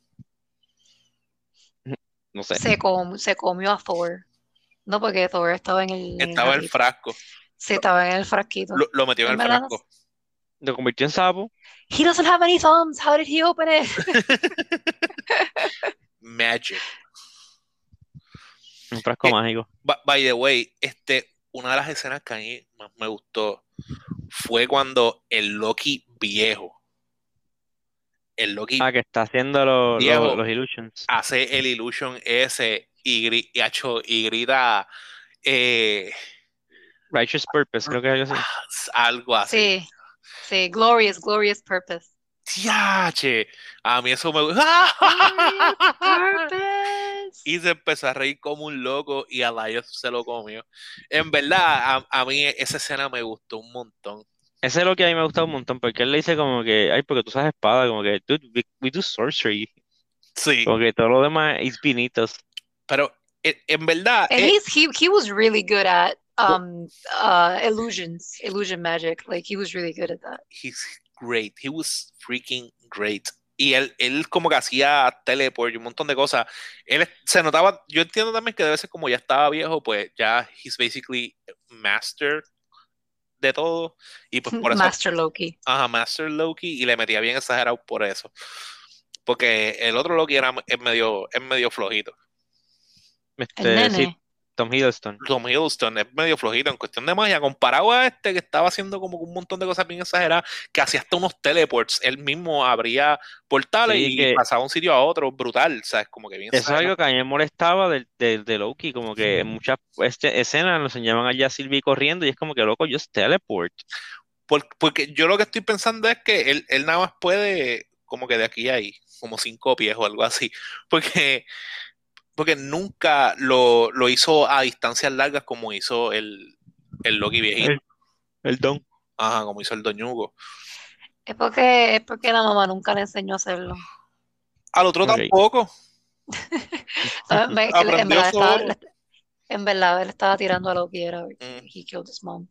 no sé. Se, com- se comió a Thor. No, porque Thor estaba en el, en el Estaba en el jarrito. frasco. Sí, Lo, estaba en el frasquito. lo, lo metió en En el verdad, no sé. frasco. Lo convirtió en sapo, He doesn't have any thumbs. How did he open it? Magic. un frasco Que, mágico. ba- by the way, este, una de las escenas que a mí más me gustó fue cuando el Loki viejo, el Ah, Loki que está haciendo lo- lo- viejo los illusions. hace el Illusion ese y, gri- y, hacho- y grita eh, Righteous Purpose, creo que es algo así. algo así. Sí, sí. Glorious, glorious purpose. ¡Tiache! A mí eso me Glorious gusta. Y purpose. se empezó a reír como un loco y a Elias se lo comió. En verdad, a, a mí esa escena me gustó un montón. Ese es lo que a mí me gusta un montón, porque él le dice como que, ay, porque tú sabes espada, como que, dude, we, we do sorcery. Sí, Como que todo lo demás es vinitos. pero en, en verdad, And eh, he's he he was really good at po- um uh illusions, illusion magic. Like he was really good at that. he's great. He was freaking great. Y él, él como que hacía teleport y un montón de cosas. Él se notaba, yo entiendo también que debe ser como ya estaba viejo, pues ya he's basically master de todo. Y pues por eso, Master Loki. ajá, Master Loki y le metía bien exagerado por eso. Porque el otro Loki era es medio, es medio flojito. El Este, sí, nene. Tom Hiddleston. Tom Hiddleston es medio flojito en cuestión de magia, comparado a este que estaba haciendo como un montón de cosas bien exageradas, que hacía hasta unos teleports. Él mismo abría portales Sí, y que pasaba de un sitio a otro, brutal, ¿sabes? Como que bien eso es exagerado. algo que a mí me molestaba del del de Loki, como que en muchas este, escenas nos enseñaban allá a Sylvie corriendo y es como que loco, just teleport. Por- porque yo lo que estoy pensando es que él, él nada más puede, como que de aquí a ahí, como cinco pies o algo así. Porque porque nunca lo, lo hizo a distancias largas como hizo el, el Loki viejito. El, el Don. Ajá, como hizo el Doñugo. Es porque es porque la mamá nunca le enseñó a hacerlo. Al otro Ok. tampoco. No, es que le- en Aprendió verdad estaba, solo. le- en verdad él estaba tirando a Loki era Mm, he killed his mom.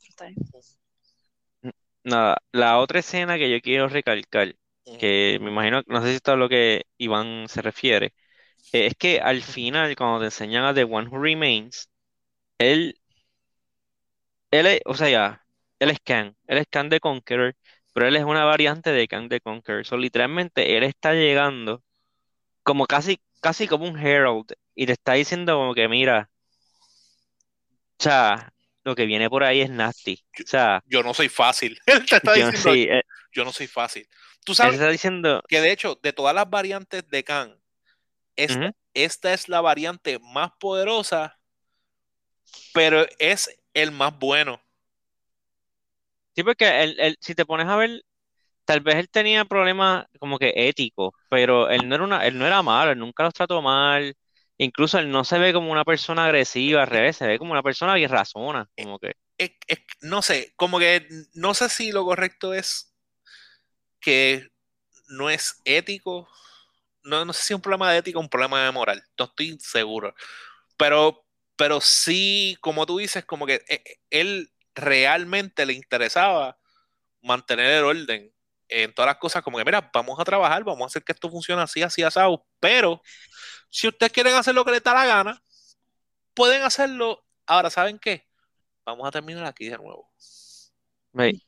Nada, la otra escena que yo quiero recalcar, mm. que me imagino, no sé si esto es a lo que Iván se refiere, eh, es que al final, cuando te enseñan a The One Who Remains, él, él es, o sea, ya, él es Kang, él es Kang the Conqueror, pero él es una variante de Kang the Conqueror. So, literalmente, él está llegando como casi, casi como un herald, y te está diciendo como que, mira, o sea, lo que viene por ahí es nasty. Yo, O sea, yo no soy fácil. Él te está yo diciendo, sí, eh, yo no soy fácil. Tú él sabes está diciendo, que de hecho, de todas las variantes de Khan, esta, ujú. esta es la variante más poderosa, pero es el más bueno. Sí, porque él, él- si te pones a ver, tal vez él tenía problemas como que éticos, pero él no era una, él no era malo, él nunca los trató mal. Incluso él no se ve como una persona agresiva, al revés, se ve como una persona que razona, como que. Es- es- no sé, como que no sé si lo correcto es que no es ético. No, no sé si es un problema de ética o un problema de moral. No estoy seguro. Pero, pero sí, como tú dices, como que eh, eh, él realmente le interesaba mantener el orden en todas las cosas, como que, mira, vamos a trabajar, vamos a hacer que esto funcione así, así, asado. Pero si ustedes quieren hacer lo que les da la gana, pueden hacerlo. Ahora, ¿saben qué? Vamos a terminar aquí de nuevo. Ve,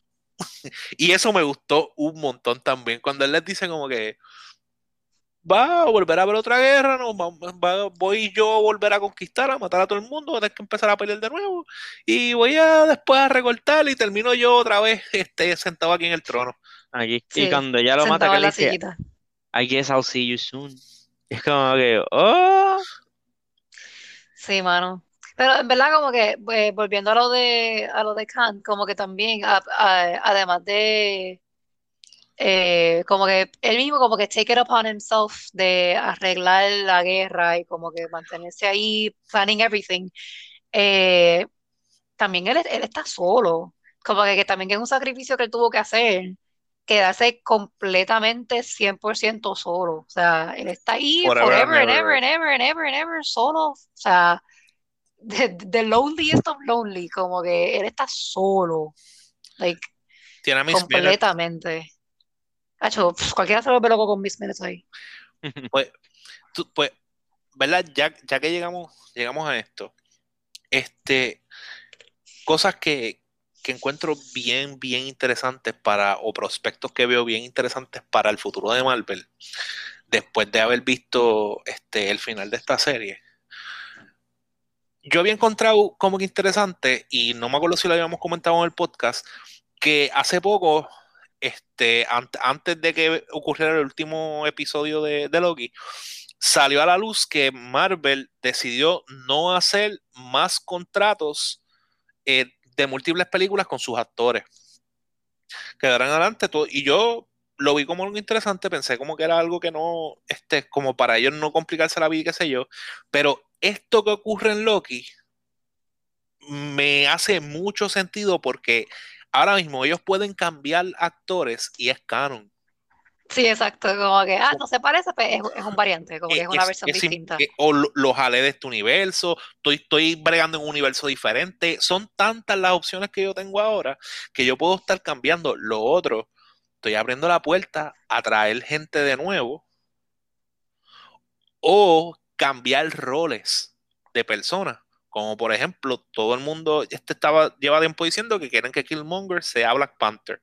Y eso me gustó un montón también. Cuando él les dice como que va a volver a haber otra guerra, no, va, va- voy yo a volver a conquistar, a matar a todo el mundo, voy a tener que empezar a pelear de nuevo. Y voy a después a recortar y termino yo otra vez este, sentado aquí en el trono. Aquí. Y Sí, cuando ella lo mata, sentado que en le la dice, sillita. I guess I'll see you soon. Es como que, oh, Sí, mano. Pero en verdad como que eh, volviendo a lo de a lo de Kant, como que también a- a- además de eh, como que él mismo como que take it upon himself de arreglar la guerra y como que mantenerse ahí planning everything. eh, También él, él está solo, como que, que también es un sacrificio que él tuvo que hacer, quedarse completamente cien por ciento solo. O sea, él está ahí Forever and forever and ever ever. and ever and ever and ever solo. O sea, the, the loneliest of lonely, como que él está solo, like, Tiene a Miss Minutes. completamente. Hacho, pf, cualquiera se vuelve loco con Miss Minutes ahí. Pues, tú- pues, ¿verdad? Ya, ya que llegamos, llegamos a esto, este, cosas que, que encuentro bien, bien interesantes para, o prospectos que veo bien interesantes para el futuro de Marvel, después de haber visto este, el final de esta serie. Yo había encontrado como que interesante, y no me acuerdo si lo habíamos comentado en el podcast, que hace poco, este, an- antes de que ocurriera el último episodio de, de Loki, salió a la luz que Marvel decidió no hacer más contratos eh, de múltiples películas con sus actores. Quedarán adelante todo. Y yo lo vi como algo interesante, pensé como que era algo que no, este, como para ellos no complicarse la vida y qué sé yo. Pero esto que ocurre en Loki me hace mucho sentido porque ahora mismo ellos pueden cambiar actores y es canon. Sí, exacto, como que, ah, no se parece, pues es, es un variante, como que Eh, es una Es, versión es im- distinta. eh, o lo, lo jalé de este universo, estoy, estoy bregando en un universo diferente. Son tantas las opciones que yo tengo ahora que yo puedo estar cambiando. Lo otro, estoy abriendo la puerta a traer gente de nuevo o cambiar roles de personas. Como por ejemplo, todo el mundo este estaba, lleva tiempo diciendo que quieren que Killmonger sea Black Panther.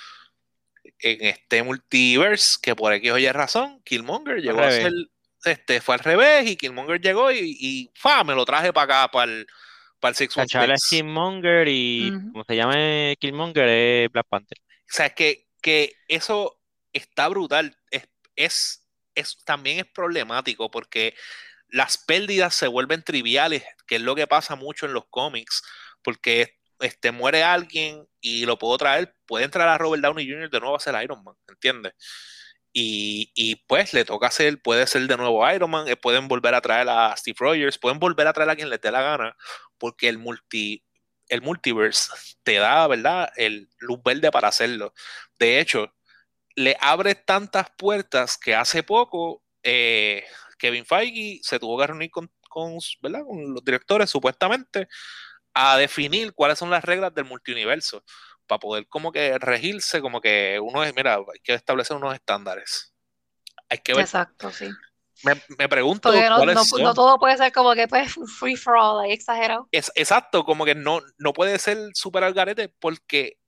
En este multiverse, que por aquí oye razón, Killmonger al llegó a ser, revés. este, fue al revés y Killmonger llegó y, y fa, me lo traje para acá, para el, para el T'Challa es seiscientos dieciséis. Killmonger y Ujú. como se llame Killmonger es Black Panther. O sea, que, que eso está brutal. Es, es, es- también es problemático porque las pérdidas se vuelven triviales, que es lo que pasa mucho en los cómics, porque este, muere alguien y lo puedo traer, puede entrar a Robert Downey junior de nuevo a ser Iron Man, ¿entiendes? Y, y pues le toca hacer, puede ser de nuevo Iron Man, eh, pueden volver a traer a Steve Rogers, pueden volver a traer a quien les dé la gana, porque el multi, el multiverse te da, ¿verdad? El luz verde para hacerlo. De hecho, le abre tantas puertas que hace poco eh, Kevin Feige se tuvo que reunir con, con, ¿verdad? Con los directores supuestamente a definir cuáles son las reglas del multiuniverso para poder como que regirse, como que uno es, mira, hay que establecer unos estándares. Hay que ver, Exacto, sí. me, me pregunto Porque no, cuáles no, no son. todo puede ser como que pues free for all, ahí exagerado. Es, exacto, como que no, no puede ser súper al garete porque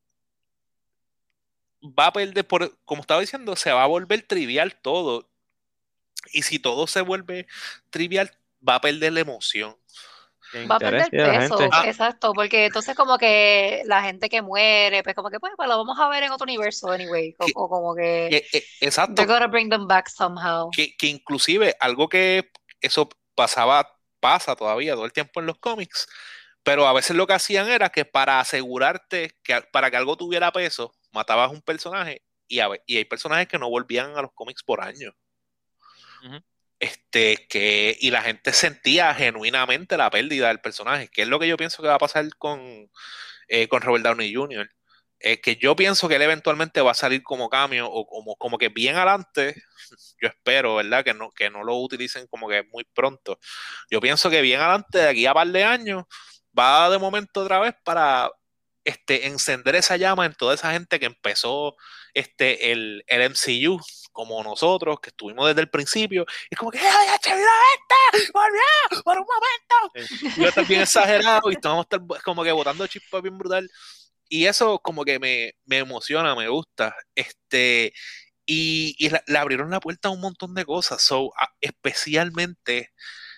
va a perder, por, como estaba diciendo, se va a volver trivial todo. Y si todo se vuelve trivial, va a perder la emoción. El Va a interés perder de la gente. peso, Ah, exacto, porque entonces como que la gente que muere, pues como que pues, pues lo vamos a ver en otro universo anyway, o, que, o como que que, eh, they're exacto, gonna bring them back somehow. que, que inclusive algo que eso pasaba, pasa todavía todo el tiempo en los cómics, pero a veces lo que hacían era que para asegurarte que para que algo tuviera peso, matabas un personaje y, a ve- y hay personajes que no volvían a los cómics por años. Ujú. Este, que, y la gente sentía genuinamente la pérdida del personaje, que es lo que yo pienso que va a pasar con, eh, con Robert Downey junior Es que yo pienso que él eventualmente va a salir como cameo o como, como que bien adelante. Yo espero, ¿verdad? Que no, que no lo utilicen como que muy pronto. Yo pienso que bien adelante, de aquí a par de años, va de momento otra vez para este, encender esa llama en toda esa gente que empezó este, el, el M C U, como nosotros, que estuvimos desde el principio. Y es como que, ¡ay, ya mira este! ¡Volvió! ¡Por un momento! Sí. Y va a estar bien exagerado y vamos a estar como que botando chispas bien brutal. y eso como que me, me emociona, me gusta. Este, y, y la- le abrieron la puerta a un montón de cosas. So, a- especialmente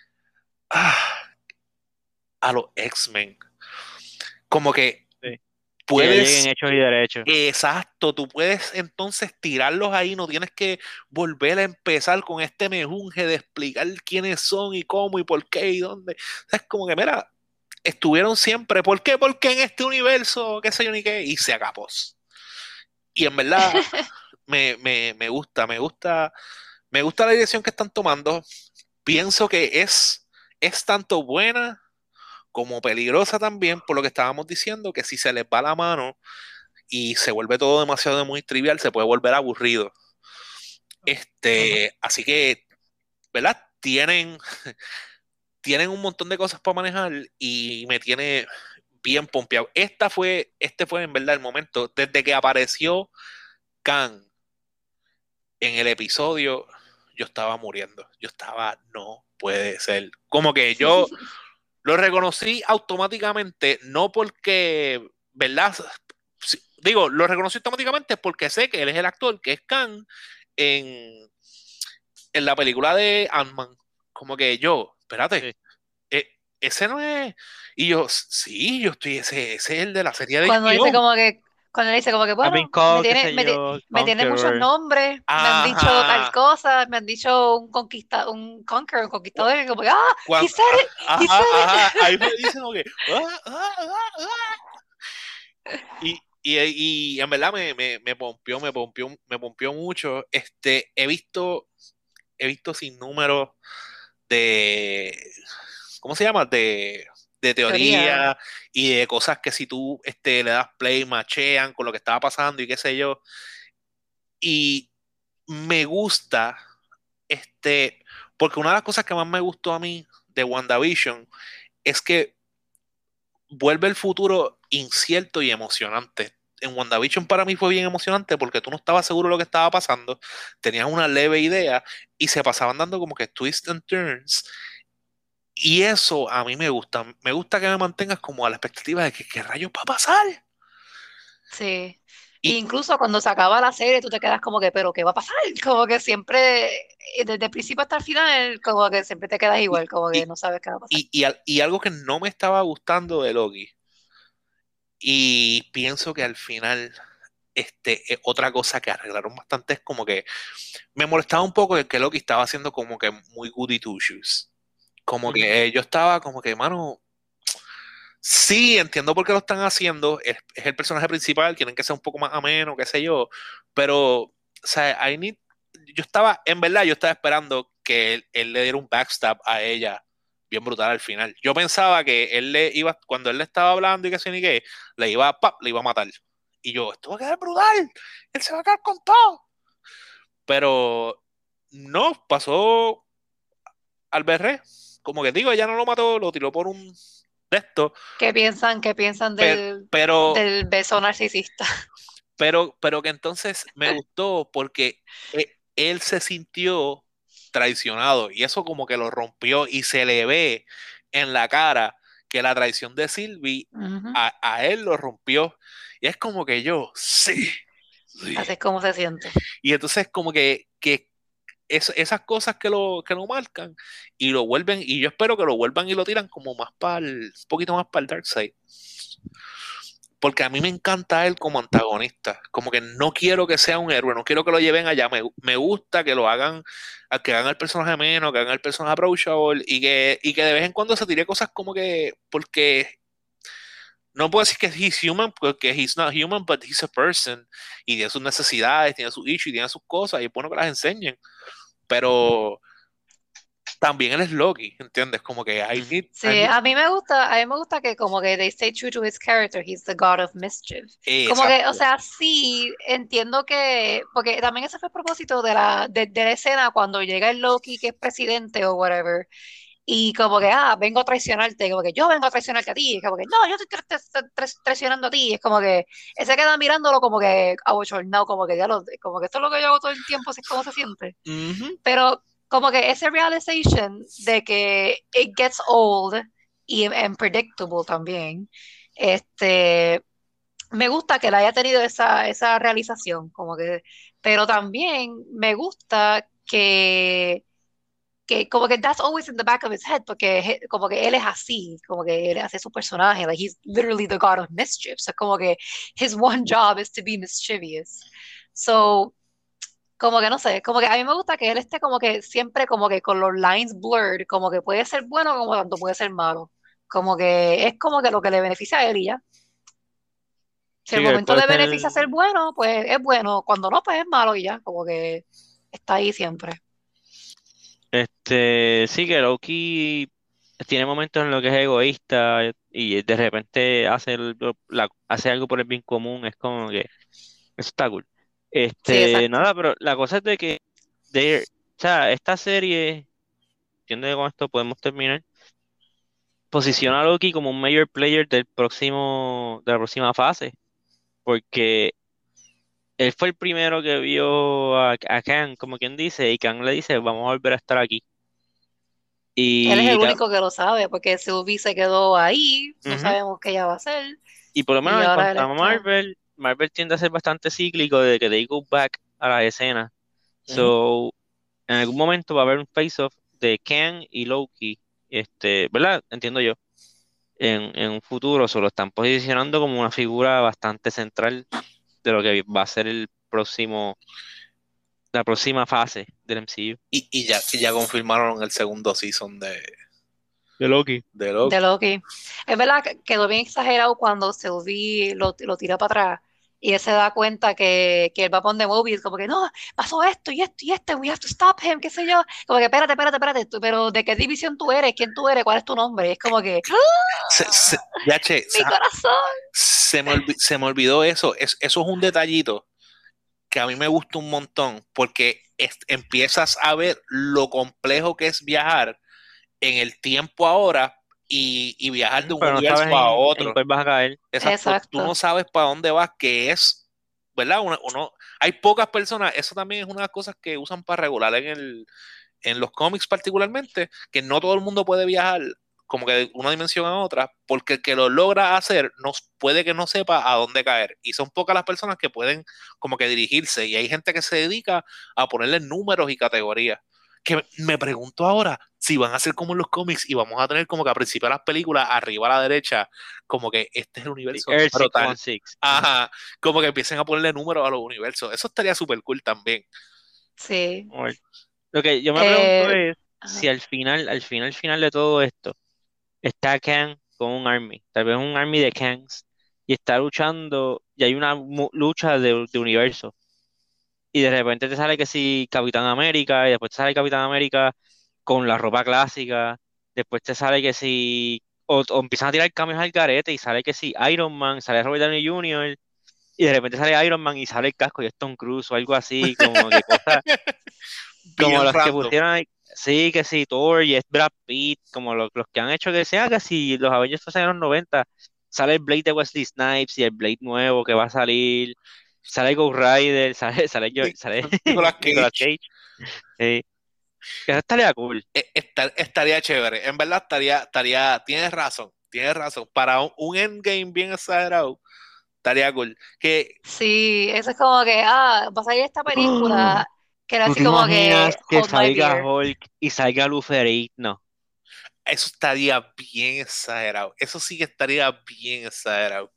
ah, a los X-Men. Como que Sí. Que ya lleguen puedes, hechos y derechos. exacto, tú puedes entonces tirarlos ahí, no tienes que volver a empezar con este mejunje de explicar quiénes son y cómo y por qué y dónde. O sea, es como que, mira, estuvieron siempre. ¿Por qué? Porque en este universo, qué sé yo ni qué, y se acabó. Y en verdad, me, me, me gusta, me gusta, me gusta la dirección que están tomando. Pienso que es, es tanto buena como peligrosa también, por lo que estábamos diciendo, que si se les va la mano y se vuelve todo demasiado muy trivial, se puede volver aburrido. Ajá. Este, así que, ¿verdad? Tienen, tienen un montón de cosas para manejar y me tiene bien pompeado. Esta fue, este fue en verdad el momento, desde que apareció Khan en el episodio, yo estaba muriendo. Yo estaba, no puede ser. Como que yo lo reconocí automáticamente, no porque, ¿verdad? Sí, digo, lo reconocí automáticamente porque sé que él es el actor, que es Khan, en, en la película de Ant-Man. Como que yo, espérate, Sí. eh, ese no es. Y yo, sí, yo estoy, ese, ese es el de la serie de Cuando dice H B O. como que, cuando dice como que, I've been bueno, me called, qué tiene, sé me, ti- yo, me tiene muchos Conqueror. nombres, me han dicho tal Ajá. cosa, me han dicho un conquista, un conqueror, un conquistador, y como que, ah, he Cuando, said it, he ajá, said it. ajá, ahí me dicen como que, "Ah, ah, ah, ah". Y, y, y en verdad me, me, me pompió, me pompió, me pompió mucho. Este, he visto, he visto sin número de, ¿cómo se llama? De, de Teoría. teoría y de cosas que si tú este, le das play, machean con lo que estaba pasando y qué sé yo. Y me gusta, este, porque una de las cosas que más me gustó a mí de WandaVision es que vuelve el futuro incierto y emocionante. En WandaVision para mí fue bien emocionante porque tú no estabas seguro de lo que estaba pasando, tenías una leve idea y se pasaban dando como que twists and turns. Y eso a mí me gusta. Me gusta que me mantengas como a la expectativa de que qué rayos va a pasar. Sí. E Y, incluso cuando se acaba la serie, tú te quedas como que, pero ¿qué va a pasar? Como que siempre, eh, desde el principio hasta el final, como que siempre te quedas y, igual, como que y, no sabes qué va a pasar. y, y al- y algo que no me estaba gustando de Loki, y pienso que al final, este, eh, otra cosa que arreglaron bastante es como que me molestaba un poco el que Loki estaba haciendo como que muy goody two shoes. Como Ujú. que eh, yo estaba como que, mano, sí, entiendo por qué lo están haciendo, es, es el personaje principal, tienen que ser un poco más ameno, qué sé yo, pero, o sea, I need- yo estaba, en verdad, yo estaba esperando que él, él le diera un backstab a ella bien brutal al final. Yo pensaba que él le iba, cuando él le estaba hablando y qué sé ni qué, le iba, pap, le iba a matar. Y yo, esto va a quedar brutal, él se va a quedar con todo. Pero no, pasó al berré. Como que digo, ella no lo mató, lo tiró por un de esto, ¿Qué piensan, qué piensan pero, del, pero, del beso narcisista? pero, pero que entonces me gustó porque eh, él se sintió traicionado y eso como que lo rompió y se le ve en la cara que la traición de Sylvie Ujú. a, a él lo rompió y es como que yo, sí, Así sí. es como se siente. Y entonces como que, que es- esas cosas que lo, que lo marcan y lo vuelven, y yo espero que lo vuelvan y lo tiran como más para el, un poquito más para el dark side. Porque a mí me encanta él como antagonista. Como que no quiero que sea un héroe, no quiero que lo lleven allá. Me, me gusta que lo hagan, a que hagan el personaje menos, que hagan el personaje approachable y que, y que de vez en cuando se tire cosas como que, porque no puedo decir que he's human, porque he's not human, but he's a person. Y tiene sus necesidades, tiene sus issues, y tiene sus cosas, y es bueno que las enseñen. Pero también él es Loki, ¿entiendes? Como que I Ujú. need, I Sí, need- a mí me gusta, a mí me gusta que como que they stay true to his character, he's the god of mischief. Como que, o exacto. sea, sí, entiendo que, porque también ese fue el propósito de la, de, de la escena cuando llega el Loki que es presidente o whatever, y como que, ah, vengo a traicionarte, como que yo vengo a traicionarte a ti, y como que, no, yo estoy tra- tra- tra- traicionando a ti, es como que, él se queda mirándolo como que abochornado, como que ya lo, como que esto es lo que yo hago todo el tiempo, así es como se siente. Ujú. Pero como que ese realization de que it gets old y and predictable también, este, me gusta que él haya tenido esa, esa realización, como que, pero también me gusta que, que como que that's always in the back of his head, porque je- como que él es así, como que él hace su personaje, like he's literally the god of mischief, so como que his one job is to be mischievous. So, como que no sé, como que a mí me gusta que él esté como que siempre como que con los lines blurred, como que puede ser bueno como tanto puede ser malo. Como que es como que lo que le beneficia a él y ya. Si Sí, el que él momento puede le ser, beneficia ser bueno, pues es bueno. Cuando no, pues es malo y ya. Como que está ahí siempre. este, sí, que Loki tiene momentos en los que es egoísta y de repente hace, el- la- hace algo por el bien común, es como que eso está cool. Sí, Este, exacto. nada, pero la cosa es de que, de, o sea, esta serie, entiendo que con esto podemos terminar, posiciona a Loki como un major player del próximo, de la próxima fase, porque él fue el primero que vio a, a Kang, como quien dice, y Kang le dice, vamos a volver a estar aquí. Él es el Y, la- único que lo sabe, porque Sylvie se quedó ahí, no ujú, sabemos qué ella va a hacer, y por lo y menos en ahora él cuanto a está. Marvel, Marvel tiende a ser bastante cíclico de que they go back a la escena. Ujú. So, en algún momento va a haber un face-off de Kang y Loki, este, ¿verdad? Entiendo yo. En, en un futuro solo están posicionando como una figura bastante central de lo que va a ser el próximo, la próxima fase del M C U. Y, y ya, y ya confirmaron el segundo season de, De Loki. de De Loki. Loki. Es verdad que quedó bien exagerado cuando Sylvie lo, lo tira para atrás y él se da cuenta que, que él va a poner movies, como que no, pasó esto y esto y esto, we have to stop him, qué sé yo. Como que espérate, espérate, espérate, tú- pero ¿de qué división tú eres? ¿Quién tú eres? ¿Cuál es tu nombre? Y es como que, Se, se- ¡ah! ya, che, Mi se, corazón. se me olvi- se me olvidó eso. Es, eso es un detallito que a mí me gusta un montón porque es- empiezas a ver lo complejo que es viajar en el tiempo ahora y, y viajar de Mm, un pero no sabes universo a en, en otro. cuál vas a caer. Exacto, tú no Exacto. sabes para dónde vas, que es, ¿verdad? Uno, uno- hay pocas personas, eso también es una de las cosas que usan para regular en el, en los cómics particularmente, que no todo el mundo puede viajar como que de una dimensión a otra, porque el que lo logra hacer no, puede que no sepa a dónde caer. Y son pocas las personas que pueden como que dirigirse. Y hay gente que se dedica a ponerle números y categorías. Que me pregunto ahora si van a ser como en los cómics y vamos a tener como que al principio de las películas, arriba a la derecha, como que este es el Sí, universo Earth número tal. seiscientos dieciséis. Ajá. Ajá, como que empiecen a ponerle números a los universos. Eso estaría súper cool también. Sí. Vamos a ver. Lo que yo me pregunto Eh, es si ajá. al final, al final, al final de todo esto, está Kang con un army, tal vez un army de Kangs, y está luchando, y hay una mu- lucha de, de universo, y de repente te sale que si Capitán América, y después te sale Capitán América con la ropa clásica, después te sale que si, o, o empiezan a tirar cambios al garete, y sale que si Iron Man, sale Robert Downey junior, y de repente sale Iron Man y sale el casco y es Tom Cruise o algo así, como que cosas como Bien los que random. pusieron ahí, sí, que sí, Thor y es Brad Pitt, como los, los que han hecho que sea que si los Avengers fuesen en los noventa sale el Blade de Wesley Snipes y el Blade nuevo que va a salir, sale Ghost Rider, sale, sale, yo- Ni- sale Nicolas Nicolas Cage. Cage, sí, que eso estaría cool. Eh, estar- estaría chévere. En verdad estaría, estaría, tienes razón, tienes razón. Para un, un endgame bien exagerado, estaría cool. Que Sí, eso es como que, ah, va a salir esta ¡Oh! película, que era ¿Tú así te como que, imaginas que hold my salga beer. Hulk y salga Luferito? No, eso estaría bien exagerado. Eso sí que estaría bien exagerado.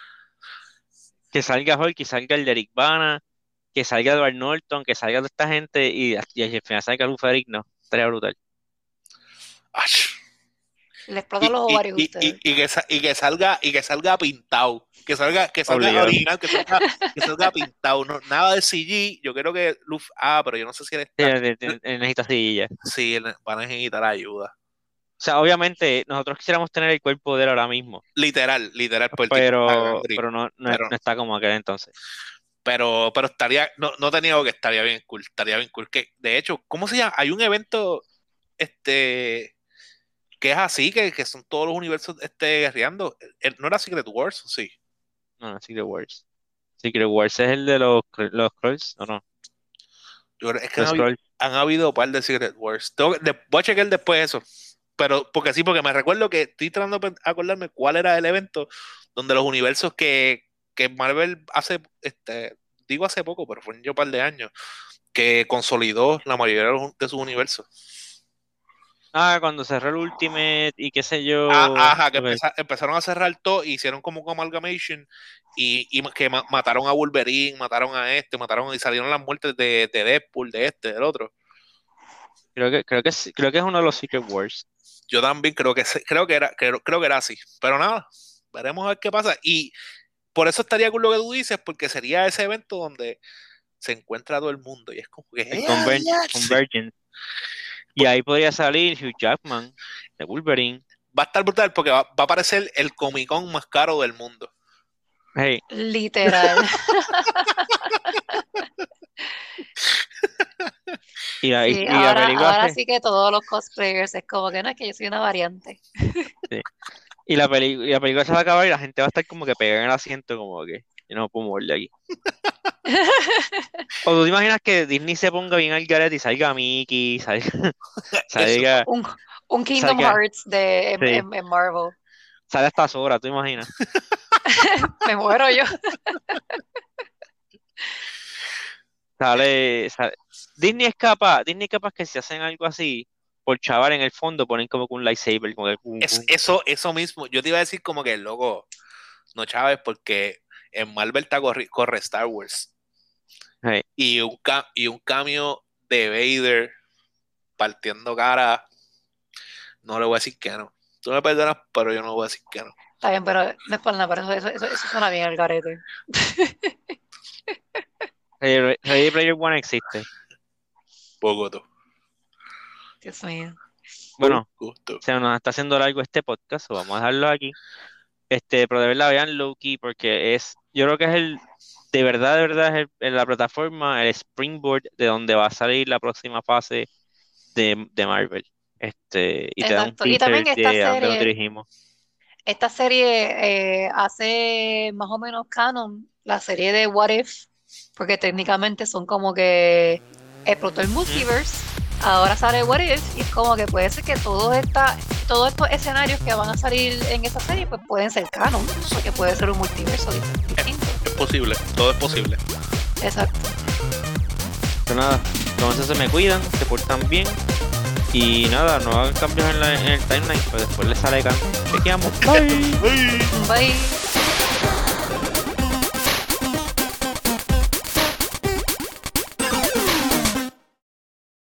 que salga Hulk y salga el Eric Bana, que salga Edward Norton, que salga toda esta gente y, y al final salga Luferito, no, estaría brutal. Ach. Le explotan Y, los y, ovarios a y, y, ustedes. y que, sa- y que salga, y que salga pintado. Que salga, que salga Obligado. original, que salga, que salga pintado. No, nada de C G. Yo creo que Luf, ah, pero yo no sé si él Sí, está. ne- ne- ne- necesita silla. Sí, él van a necesitar ayuda. O sea, obviamente nosotros quisiéramos tener el cuerpo de él ahora mismo, Literal, literal, pues el tipo está pero, gangri. pero no, no, es- Pero no está como aquel entonces. Pero, pero estaría, no, no te niego que estaría bien cool, estaría bien cool. Que, de hecho, ¿cómo se llama? Hay un evento, este, que es así, que, que son todos los universos, este, guerreando. Eh, ¿No era Secret Wars? Sí. No, no, Secret Wars. Secret Wars es el de los, cr- los Skrulls, ¿o no? Yo creo- es que han Los habido, Skrulls. han habido un par de Secret Wars. Tengo que- de- voy a chequear después eso. Pero, porque sí, porque me recuerdo que estoy tratando de pen- acordarme cuál era el evento donde los universos que que Marvel hace, este, digo hace poco, pero fue en yo un par de años, que consolidó la mayoría de, los- de sus universos. Ah, cuando cerró el Ultimate y qué sé Ah, yo. ajá, que Ok, empeza- empezaron a cerrar todo y hicieron como un amalgamation y, y que ma- mataron a Wolverine, mataron a este, mataron y salieron las muertes de, de Deadpool, de este, del otro. creo que, creo que sí- creo que es uno de los Secret Wars. Yo también creo que se- creo que era creo, creo que era así, pero nada, veremos a ver qué pasa y por eso estaría con lo que tú dices, porque sería ese evento donde se encuentra todo el mundo y es como que El ¡eh, Conver- adiache! Convergence. Y Pues ahí podría salir Hugh Jackman de Wolverine. va a estar brutal porque va, va a aparecer el Comic Con más caro del mundo. Hey, Literal. y la, y, Sí, y la ahora, película ahora se, sí que todos los cosplayers es como que no es que yo soy una variante. sí. Y la peli- y la película se va a acabar y la gente va a estar como que pegada en el asiento, como que yo no me puedo mover de aquí. O tú te imaginas que Disney se ponga bien al garete y salga Mickey, salga, Eso, salga, Un, un Kingdom salga, Hearts de en, sí, en- en Marvel. sale hasta Sora, tú imaginas. Me muero yo. Sale, sale- Disney es capaz, Disney es capaz que si hacen algo así, por chaval en el fondo ponen como que un lightsaber, como que pum, es, pum. eso, eso mismo. Yo te iba a decir como que el logo, no Chávez, porque en Marvel está corre, corre Star Wars. Hey, Y un, ca- y un cambio de Vader partiendo cara, no le voy a decir que no. Tú me perdonas, pero yo no voy a decir que no. Está bien, pero no es por nada, pero eso, eso, eso, eso suena bien el garete. Ready, Ready Player One existe. Poco Dios mío. Bueno, gusto. se nos está haciendo largo este podcast, o vamos a dejarlo aquí. Este, pero de verdad vean Loki porque es, yo creo que es el, de verdad, de verdad es el- en la plataforma, el springboard de donde va a salir la próxima fase de, de Marvel. Este, y te da un Exacto. Y también teaser esta de a dónde nos serie, dirigimos. esta serie eh, hace más o menos canon la serie de What If, porque técnicamente son como que explotó el multiverse, ahora sale What If, y es como que puede ser que todos, esta, todos estos escenarios que van a salir en esa serie pues pueden ser canon, porque puede ser un multiverso di- distinto. Es posible, todo es posible. Exacto. Pero nada, entonces se me cuidan, se portan bien. Y nada, no hagan cambios en, la, en el timeline, pues después les sale cambio. Chequeamos. Bye. Bye.